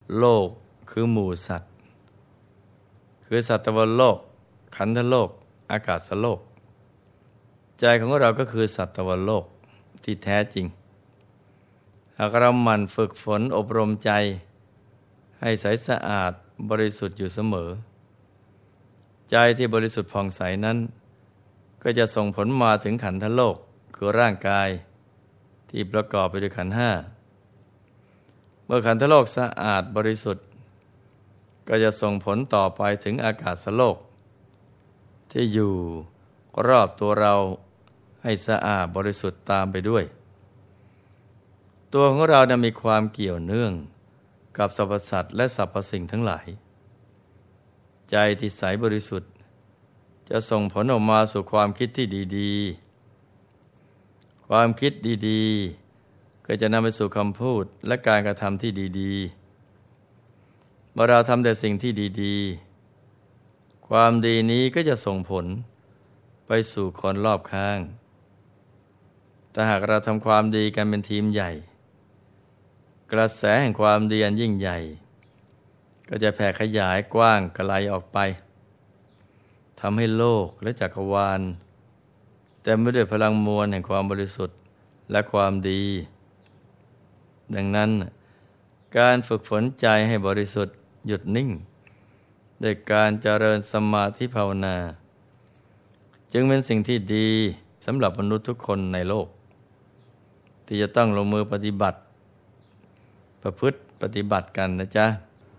โลกคือหมู่สัตว์คือสัตวโลกขันธโลกอากาศโลกใจของเราก็คือสัตวโลกที่แท้จริงหากเราหมั่นฝึกฝนอบรมใจให้ใสสะอาดบริสุทธิ์อยู่เสมอใจที่บริสุทธิ์ผ่องใสนั้นก็จะส่งผลมาถึงขันธโลกคือร่างกายที่ประกอบไปด้วยขันธ์ห้าเมื่อขันธโลกสะอาดบริสุทธิ์ก็จะส่งผลต่อไปถึงอากาศโลกที่อยู่รอบตัวเราให้สะอาดบริสุทธิ์ตามไปด้วยตัวของเรานั้นมีความเกี่ยวเนื่องกับสรรพสัตว์และสรรพสิ่งทั้งหลายใจที่ใสบริสุทธิ์จะส่งผลออกมาสู่ความคิดที่ดีๆความคิดดีๆก็จะนำไปสู่คำพูดและการกระทำที่ดีๆเมื่อเราทำแต่สิ่งที่ดีๆความดีนี้ก็จะส่งผลไปสู่คนรอบข้างแต่หากเราทำความดีกันเป็นทีมใหญ่กระแสแห่งความดีอันยิ่งใหญ่ก็จะแผ่ขยายกว้างไกลออกไปทำให้โลกและจักรวาลเต็มไปด้วยพลังมวลแห่งความบริสุทธิ์และความดีดังนั้นการฝึกฝนใจให้บริสุทธิ์หยุดนิ่งด้วยการเจริญสมาธิภาวนาจึงเป็นสิ่งที่ดีสำหรับมนุษย์ทุกคนในโลกที่จะต้องลงมือปฏิบัติประพฤติปฏิบัติกันนะจ๊ะ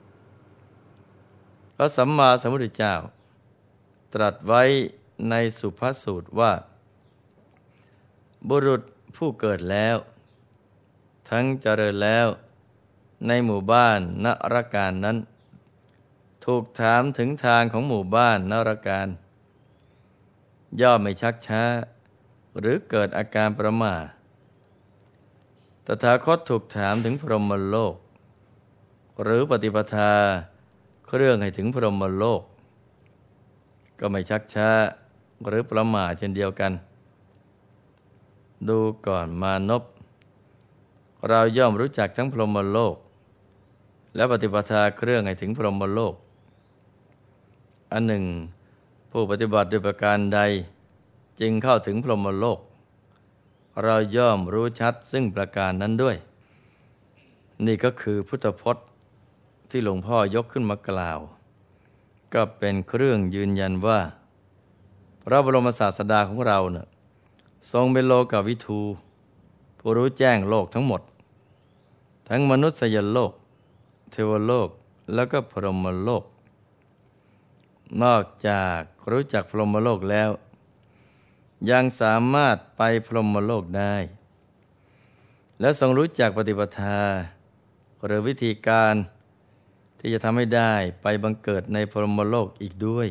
พระสัมมาสัมพุทธเจ้าตรัสไว้ในสุภาสูตรว่าบุรุษผู้เกิดแล้วทั้งเจริญแล้วในหมู่บ้านนรการนั้นถูกถามถึงทางของหมู่บ้านนรการย่อมไม่ชักช้าหรือเกิดอาการประหม่าตถาคตถูกถามถึงพรหมโลกหรือปฏิปทาเครื่องให้ถึงพรหมโลกก็ไม่ชักช้าหรือประหม่าเช่นเดียวกันดูก่อนมานพเราย่อมรู้จักทั้งพรหมโลกและปฏิปทาเครื่องให้ถึงพรหมโลกอันหนึ่งผู้ปฏิบัติด้วยประการใดจึงเข้าถึงพรหมโลกเราย่อมรู้ชัดซึ่งประการนั้นด้วยนี่ก็คือพุทธพจน์ที่หลวงพ่อยกขึ้นมากล่าวก็เป็นเครื่องยืนยันว่าพระบรมศาสดาของเราเนี่ยทรงเป็นโลกวิทูผู้รู้แจ้งโลกทั้งหมดทั้งมนุษยโลกเทวโลกแล้วก็พรหมโลกนอกจากรู้จักพรหมโลกแล้วยังสามารถไปพรหมโลกได้และทรงรู้จักปฏิปทาหรือวิธีการที่จะทำให้ได้ไปบังเกิดในพรหมโลกอีกด้วย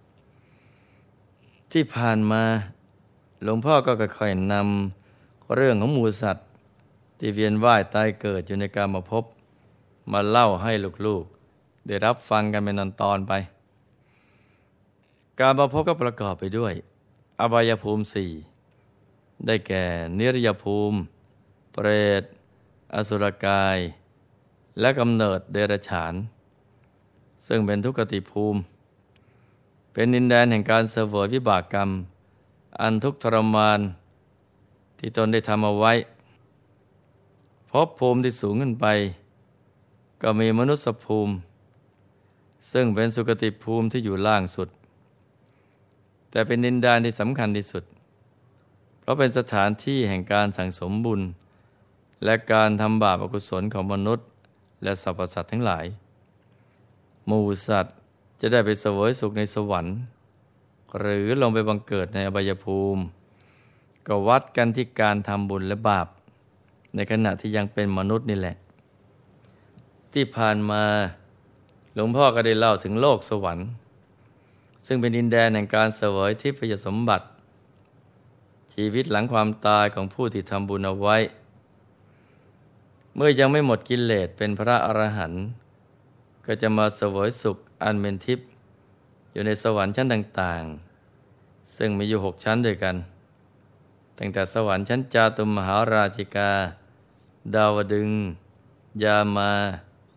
ที่ผ่านมาหลวงพ่อก็ค่อยๆนำเรื่องของหมู่สัตว์ที่เวียนว่ายตายเกิดอยู่ในกามภพมาเล่าให้ลูกๆได้รับฟังกันเป็นตอนๆไปกามภพก็ประกอบไปด้วยอบายภูมิสี่ได้แก่นิรยภูมิเปรตอสุรกายและกำเนิดเดรัจฉานซึ่งเป็นทุกขติภูมิเป็นดินแดนแห่งการเสวยวิบากกรรมอันทุกข์ทรมานที่ตนได้ทำเอาไว้ภพภูมิที่สูงขึ้นไปก็มีมนุษยภูมิซึ่งเป็นสุคติภูมิที่อยู่ล่างสุดแต่เป็นดินแดนที่สำคัญที่สุดเพราะเป็นสถานที่แห่งการสั่งสมบุญและการทำบาปอกุศลของมนุษย์และสรรพสัตว์ทั้งหลายหมู่สัตว์จะได้ไปเสวยสุขในสวรรค์หรือลงไปบังเกิดในอบายภูมิก็วัดกันที่การทำบุญและบาปในขณะที่ยังเป็นมนุษย์นี่แหละที่ผ่านมาหลวงพ่อก็ได้เล่าถึงโลกสวรรค์ซึ่งเป็นดินแดนแห่งการเสวยทิพยสมบัติชีวิตหลังความตายของผู้ที่ทำบุญเอาไว้เมื่อยังไม่หมดกิเลสเป็นพระอรหันต์ก็จะมาเสวยสุขอันเป็นทิพย์อยู่ในสวรรค์ชั้นต่างๆซึ่งมีอยู่6ชั้นด้วยกันตั้งแต่สวรรค์ชั้นจาตุมมหาราชิกาดาวดึงส์ยามา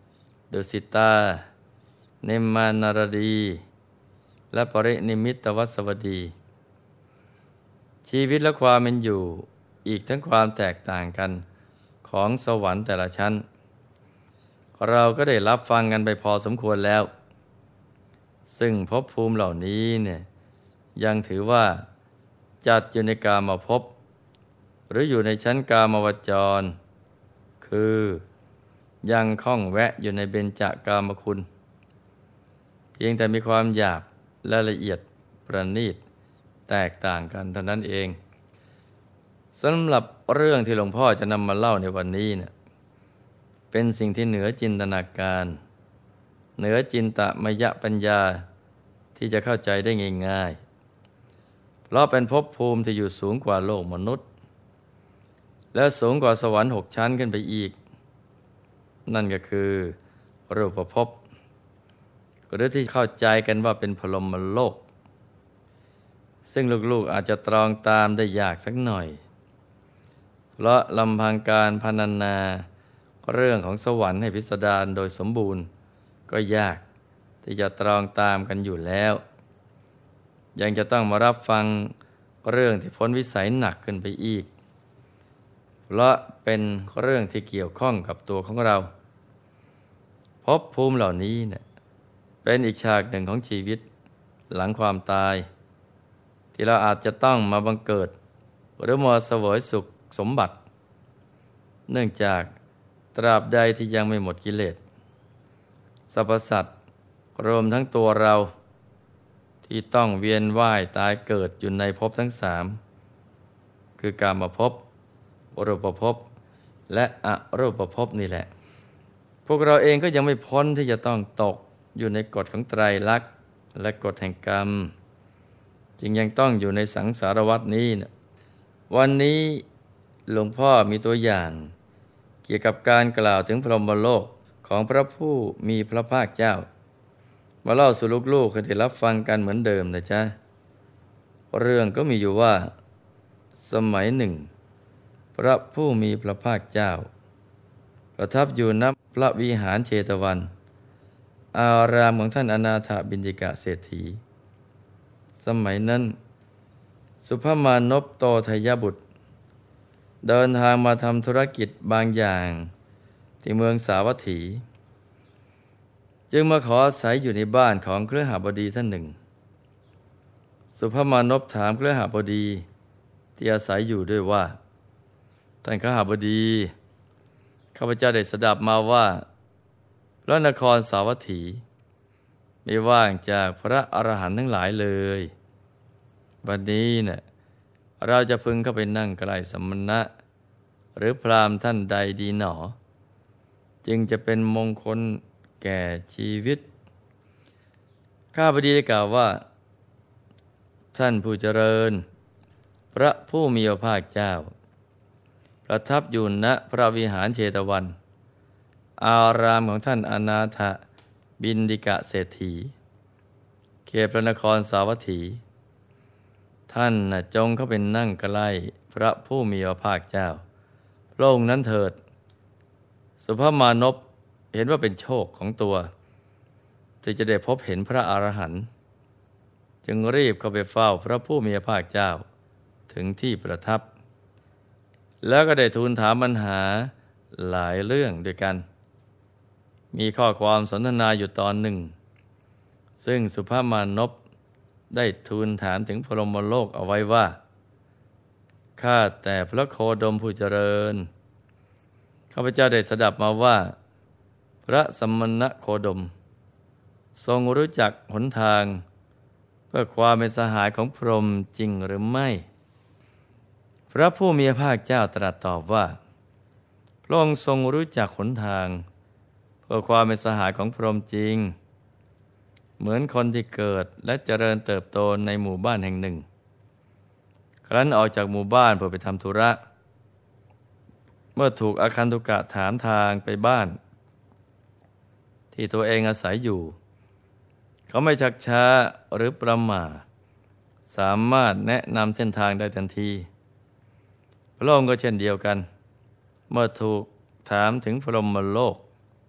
ดุสิตาเนมมานารดี และปรินิมิตวัสวดี ชีวิตและความเป็นอยู่อีกทั้งความแตกต่างกันของสวรรค์แต่ละชั้นเราก็ได้รับฟังกันไปพอสมควรแล้วซึ่งภพภูมิเหล่านี้เนี่ยยังถือว่าจัดอยู่ในกามภพหรืออยู่ในชั้นกามวจรคือยังข้องแวะอยู่ในเบญจกามคุณเพียงแต่มีความหยาบและละเอียดประณีตแตกต่างกันเท่านั้นเองสำหรับเรื่องที่หลวงพ่อจะนำมาเล่าในวันนี้เนี่ยเป็นสิ่งที่เหนือจินตนาการเหนือจินตมยปัญญาที่จะเข้าใจได้ง่ายๆเพราะเป็นภพภูมิที่อยู่สูงกว่าโลกมนุษย์และสูงกว่าสวรรค์6ชั้นขึ้นไปอีกนั่นก็คือรูปภพหรือที่เข้าใจกันว่าเป็นพรหมโลกซึ่งลูกๆอาจจะตรองตามได้ยากสักหน่อยเพราะลำพังการพรรณนาเรื่องของสวรรค์ให้พิสดารโดยสมบูรณ์ก็ยากที่จะตรองตามกันอยู่แล้วยังจะต้องมารับฟังเรื่องที่พ้นวิสัยหนักขึ้นไปอีกเพราะเป็นเรื่องที่เกี่ยวข้องกับตัวของเราภพภูมิเหล่านี้เนี่ยเป็นอีกฉากหนึ่งของชีวิตหลังความตายที่เราอาจจะต้องมาบังเกิดหรือมาเสวยสุขสมบัติเนื่องจากตราบใดที่ยังไม่หมดกิเลสสรรพสัตว์รวมทั้งตัวเราที่ต้องเวียนว่ายตายเกิดอยู่ในภพทั้งสามคือกามภพรูปภพและอรูปภพนี่แหละพวกเราเองก็ยังไม่พ้นที่จะต้องตกอยู่ในกฎของไตรลักษณ์และกฎแห่งกรรมจึงยังต้องอยู่ในสังสารวัฏนี้นะวันนี้หลวงพ่อมีตัวอย่างเกี่ยวกับการกล่าวถึงพรหมโลกของพระผู้มีพระภาคเจ้ามาเล่าสู่ลูกๆให้ได้รับฟังกันเหมือนเดิมนะจ๊ะเรื่องก็มีอยู่ว่าสมัยหนึ่งพระผู้มีพระภาคเจ้าประทับอยู่ณพระวิหารเชตวันอารามของท่านอนาถบิณฑิกะเศรษฐีสมัยนั้นสุภมานพโตทยบุตรเดินทางมาทำธุรกิจบางอย่างที่เมืองสาวัตถีจึงมาขออาศัยอยู่ในบ้านของเครือหบดีท่านหนึ่งสุภมานพถามเครือหบดีที่อาศัยอยู่ด้วยว่าท่านเครือหบดีข้าพเจ้าได้สดับมาว่าพระนครสาวัตถีไม่ว่างจากพระอรหันต์ทั้งหลายเลยวันนี้เนี่ยเราจะพึงเข้าไปนั่งใกล้สมณะหรือพราหมณ์ท่านใดดีหนอจึงจะเป็นมงคลแก่ชีวิตข้าพเจ้าได้กล่าวว่าท่านผู้เจริญพระผู้มีพระภาคเจ้าประทับอยู่ณพระวิหารเชตวันอารามของท่านอนาถบิณฑิกะเศรษฐีเขตพระนครสาวัตถีท่านจงเข้าไปนั่งใกล้พระผู้มีพระภาคเจ้าพระองค์นั้นเถิดสุภมานพเห็นว่าเป็นโชคของตัวที่จะได้พบเห็นพระอรหันต์จึงรีบเข้าไปเฝ้าพระผู้มีพระภาคเจ้าถึงที่ประทับแล้วก็ได้ทูลถามปัญหาหลายเรื่องด้วยกันมีข้อความสนทนาอยู่ตอนหนึ่งซึ่งสุภมานพได้ทูลถามถึงพรหมโลกเอาไว้ว่าข้าแต่พระโคดมผู้เจริญข้าพเจ้าได้สดับมาว่าพระสมณโคดมทรงรู้จักหนทางเพื่อความเป็นสหายของพรหมจริงหรือไม่พระผู้มีพระภาคเจ้าตรัสตอบว่าพระองค์ทรงรู้จักหนทางเพื่อความเป็นสหายของพรหมจริงเหมือนคนที่เกิดและเจริญเติบโตในหมู่บ้านแห่งหนึ่งครั้นออกจากหมู่บ้านเพื่อไปทำธุระเมื่อถูกอาคันตุกะถามทางไปบ้านที่ตัวเองอาศัยอยู่เขาไม่ชักช้าหรือประมาทสามารถแนะนำเส้นทางได้ทันทีพระองค์ก็เช่นเดียวกันเมื่อถูกถามถึงพรหมโลก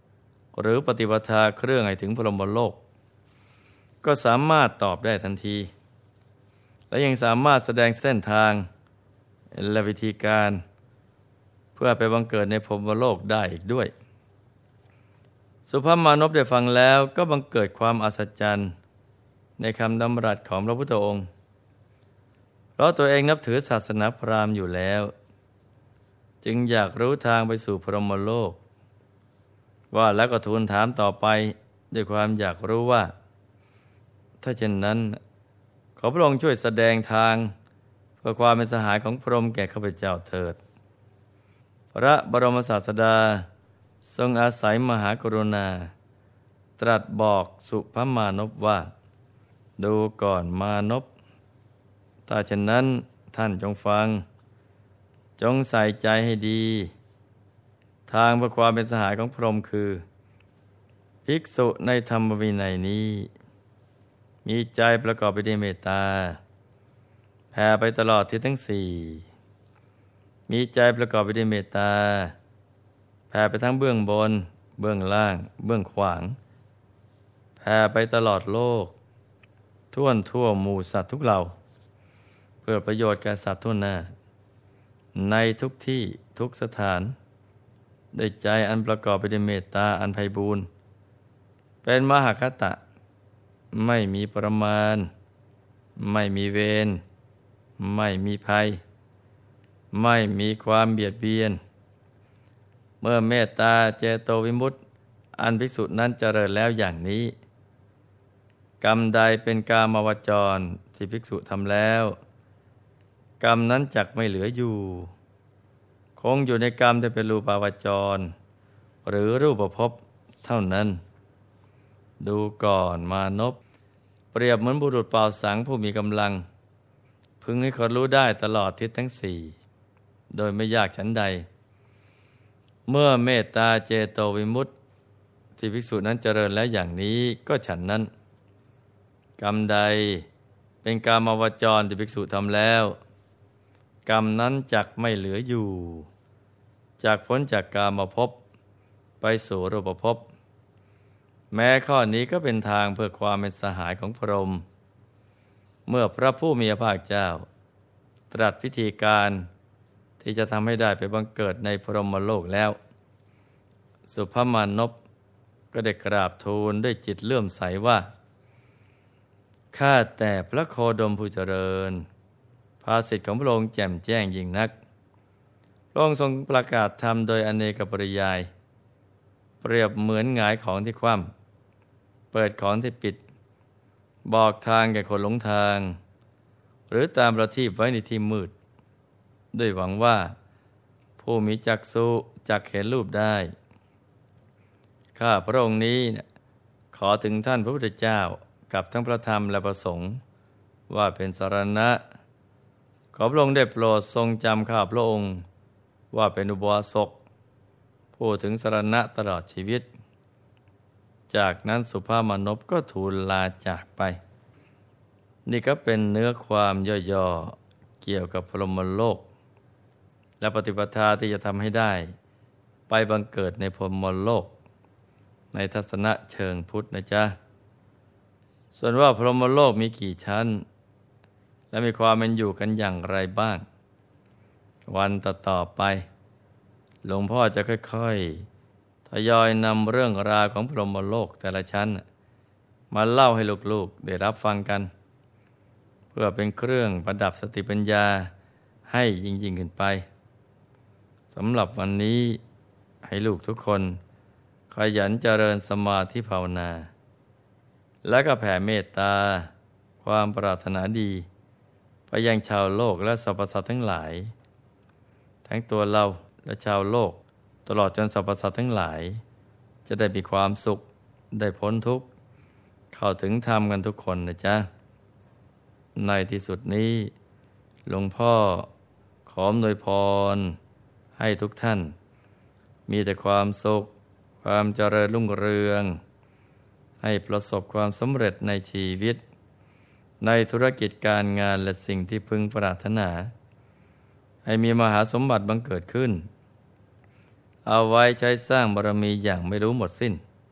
หรือปฏิปทาเครื่องให้ถึงพรหมโลกก็สามารถตอบได้ทันทีและยังสามารถแสดงเส้นทางและวิธีการเพื่อไปบังเกิดในพรหมโลกได้อีกด้วยสุภมานพได้ฟังแล้วก็บังเกิดความอัศจรรย์ในคำดำรัสของพระพุทธองค์เพราะตัวเองนับถือศาสนาพราหมณ์อยู่แล้วจึงอยากรู้ทางไปสู่พรหมโลกว่าแล้วก็ทูลถามต่อไปด้วยความอยากรู้ว่าถ้าเช่นนั้นขอพระองค์ช่วยแสดงทางเพื่อความเป็นสหายของพรหมแก่ข้าพเจ้าเถิดพระบรมศาสดาทรงอาศัยมหากรุณาตรัสบอกสุภมานพว่าดูก่อนมานพถ้าเช่นนั้นท่านจงฟังจงใส่ใจให้ดีทางเพื่อความเป็นสหายของพรหมคือภิกษุในธรรมวินัยนี้มีใจประกอบไปด้วยเมตตาแผ่ไปตลอดทิศทั้งสี่มีใจประกอบไปด้วยเมตตาแผ่ไปทั้งเบื้องบนเบื้องล่างเบื้องขวางแผ่ไปตลอดโลกทั่วหมู่สัตว์ทุกเหล่าเพื่อประโยชน์แก่สัตว์ทั่วหน้าในทุกที่ทุกสถานด้วยใจอันประกอบไปด้วยเมตตาอันไพบูลย์เป็นมหคตะไม่มีประมาณไม่มีเวรไม่มีภัยไม่มีความเบียดเบียนเมื่อเมตตาเจโตวิมุตติอันภิกษุนั้นเจริญแล้วอย่างนี้กรรมใดเป็นกามวจรที่ภิกษุทำแล้วกรรมนั้นจักไม่เหลืออยู่คงอยู่ในกรรมที่เป็นรูปาวจรหรือรูปภพเท่านั้นดูก่อนมานพเปรียบเหมือนบุรุษเป่าสังผู้มีกำลังพึงให้คนรู้ได้ตลอดทิศทั้งสี่โดยไม่ยากฉันใดเมื่อเมตตาเจโตวิมุตติที่ภิกษุนั้นเจริญแล้วอย่างนี้ก็ฉันนั้นกรรมใดเป็นกามวจรที่ภิกษุทำแล้วกรรมนั้นจักไม่เหลืออยู่จากพ้นจากกามภพไปสู่รูปภพแม้ข้อนี้ก็เป็นทางเพื่อความเป็นสหายของพรหมเมื่อพระผู้มีพระภาคเจ้าตรัสวิธีการที่จะทำให้ได้ไปบังเกิดในพรหมโลกแล้วสุภมานพก็ได้กราบทูลด้วยจิตเลื่อมใสว่าข้าแต่พระโคดมผู้เจริญภาษิตของพระองค์แจ่มแจ้งยิ่งนักพระองค์ทรงประกาศธรรมโดยอเนกปริยายเปรียบเหมือนหงายของที่คว่ำเปิดของที่ปิดบอกทางแก่คนหลงทางหรือตามประทีปไว้ในที่มืดด้วยหวังว่าผู้มีจักษุจักเห็นรูปได้ข้าพระองค์นี้ขอถึงท่านพระพุทธเจ้ากับทั้งพระธรรมและพระสงฆ์ว่าเป็นสรณะขอพระองค์ได้โปรดทรงจำข้าพระองค์ว่าเป็นอุบาสกผู้ถึงสรณะตลอดชีวิตจากนั้นสุภามานพก็ทูลลาจากไปนี่ก็เป็นเนื้อความย่อๆเกี่ยวกับพรหมโลกและปฏิปทาที่จะทำให้ได้ไปบังเกิดในพรหมโลกในทัศนะเชิงพุทธนะจ๊ะส่วนว่าพรหมโลกมีกี่ชั้นและมีความเป็นอยู่กันอย่างไรบ้างวันต่อไปหลวงพ่อจะค่อยๆทยอยนำเรื่องราวของพรหมโลกแต่ละชั้นมาเล่าให้ลูกๆได้รับฟังกันเพื่อเป็นเครื่องประดับสติปัญญาให้ยิ่งขึ้นไปสำหรับวันนี้ให้ลูกทุกคนขยันเจริญสมาธิภาวนาและก็แผ่เมตตาความปรารถนาดีไปยังชาวโลกและสรรพสัตว์ทั้งหลายทั้งตัวเราและชาวโลกตลอดจนสรรพสัตว์ทั้งหลายจะได้มีความสุขได้พ้นทุกข์เข้าถึงธรรมกันทุกคนนะจ๊ะในที่สุดนี้หลวงพ่อขออำนวยพรให้ทุกท่านมีแต่ความสุขความเจริญรุ่งเรืองให้ประสบความสำเร็จในชีวิตในธุรกิจการงานและสิ่งที่พึงปรารถนาให้มีมหาสมบัติบังเกิดขึ้นเอาไว้ใช้สร้างบารมีอย่างไม่รู้หมดสิ้น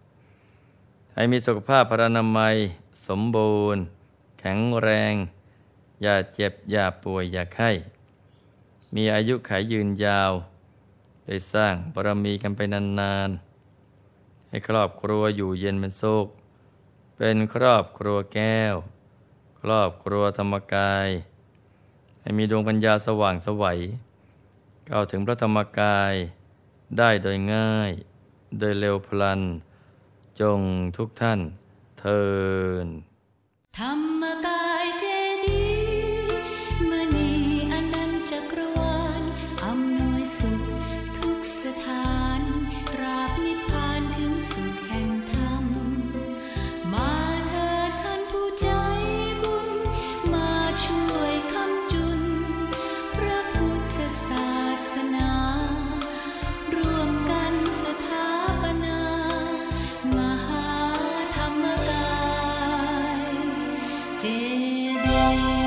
ให้มีสุขภาพพรรณนามัยสมบูรณ์แข็งแรงอย่าเจ็บอย่าป่วยอย่าไข้มีอายุขัยยืนยาวได้สร้างบารมีกันไปนานๆให้ครอบครัวอยู่เย็นเป็นสุขเป็นครอบครัวแก้วครอบครัวธรรมกายให้มีดวงปัญญาสว่างไสวเข้าถึงพระธรรมกายได้โดยง่ายโดยเร็วพลันจงทุกท่านเทินธรรมกายเจดีย์มณีอนันตจักรวาลอำนวยสุขทุกสถานตราบนิพพานถึงสุขแห่งธรรมมาเถิดท่านผู้ใจบุญมาช่วยคำจุนพระพุทธศาสนาร่วมกันสถาปนามหาธรรมกายเจดีย์